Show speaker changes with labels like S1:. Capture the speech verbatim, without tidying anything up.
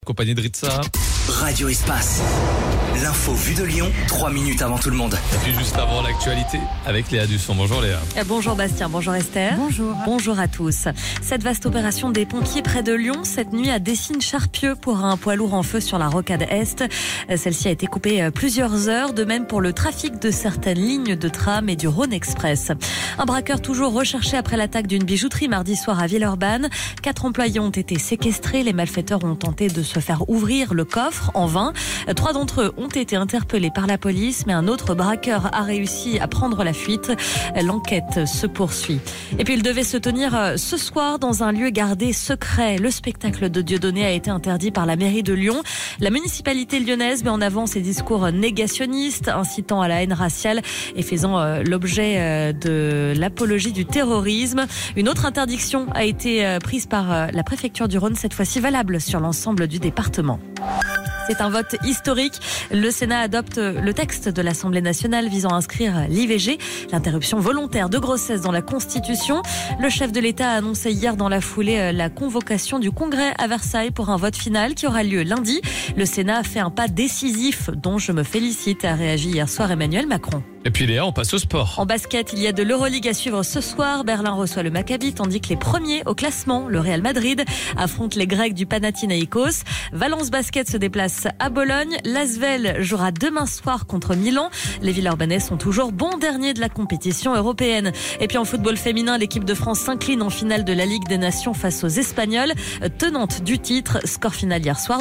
S1: Compagnie de Ritza.
S2: Radio Espace. L'info vue de Lyon, trois minutes avant tout le monde.
S1: Et puis juste avant l'actualité avec Léa Dusson. Bonjour Léa.
S3: Bonjour Bastien, bonjour Esther.
S4: Bonjour.
S3: Bonjour à tous. Cette vaste opération des pompiers près de Lyon, cette nuit à Dessines-Charpieu pour un poids lourd en feu sur la rocade Est. Celle-ci a été coupée plusieurs heures, de même pour le trafic de certaines lignes de tram et du Rhône Express. Un braqueur toujours recherché après l'attaque d'une bijouterie mardi soir à Villeurbanne. Quatre employés ont été séquestrés. Les malfaiteurs ont tenté de se faire ouvrir le coffre en vain. Trois d'entre eux ont été interpellés par la police, mais un autre braqueur a réussi à prendre la fuite. L'enquête se poursuit. Et puis il devait se tenir ce soir dans un lieu gardé secret. Le spectacle de Dieudonné a été interdit par la mairie de Lyon. La municipalité lyonnaise met en avant ses discours négationnistes, incitant à la haine raciale et faisant l'objet de l'apologie du terrorisme. Une autre interdiction a été prise par la préfecture du Rhône, cette fois-ci valable sur l'ensemble du département. C'est un vote historique. Le Sénat adopte le texte de l'Assemblée nationale visant à inscrire l'I V G, l'interruption volontaire de grossesse, dans la Constitution. Le chef de l'État a annoncé hier dans la foulée la convocation du Congrès à Versailles pour un vote final qui aura lieu lundi. Le Sénat a fait un pas décisif dont je me félicite, a réagi hier soir Emmanuel Macron.
S1: Et puis Léa, on passe au sport.
S3: En basket, il y a de l'Euroleague à suivre ce soir. Berlin reçoit le Maccabi, tandis que les premiers au classement, le Real Madrid, affrontent les Grecs du Panathinaïkos. Valence Basket se déplace à Bologne. L'Asvel jouera demain soir contre Milan. Les Villeurbanais sont toujours bons derniers de la compétition européenne. Et puis en football féminin, l'équipe de France s'incline en finale de la Ligue des Nations face aux Espagnols, tenante du titre. Score final hier soir.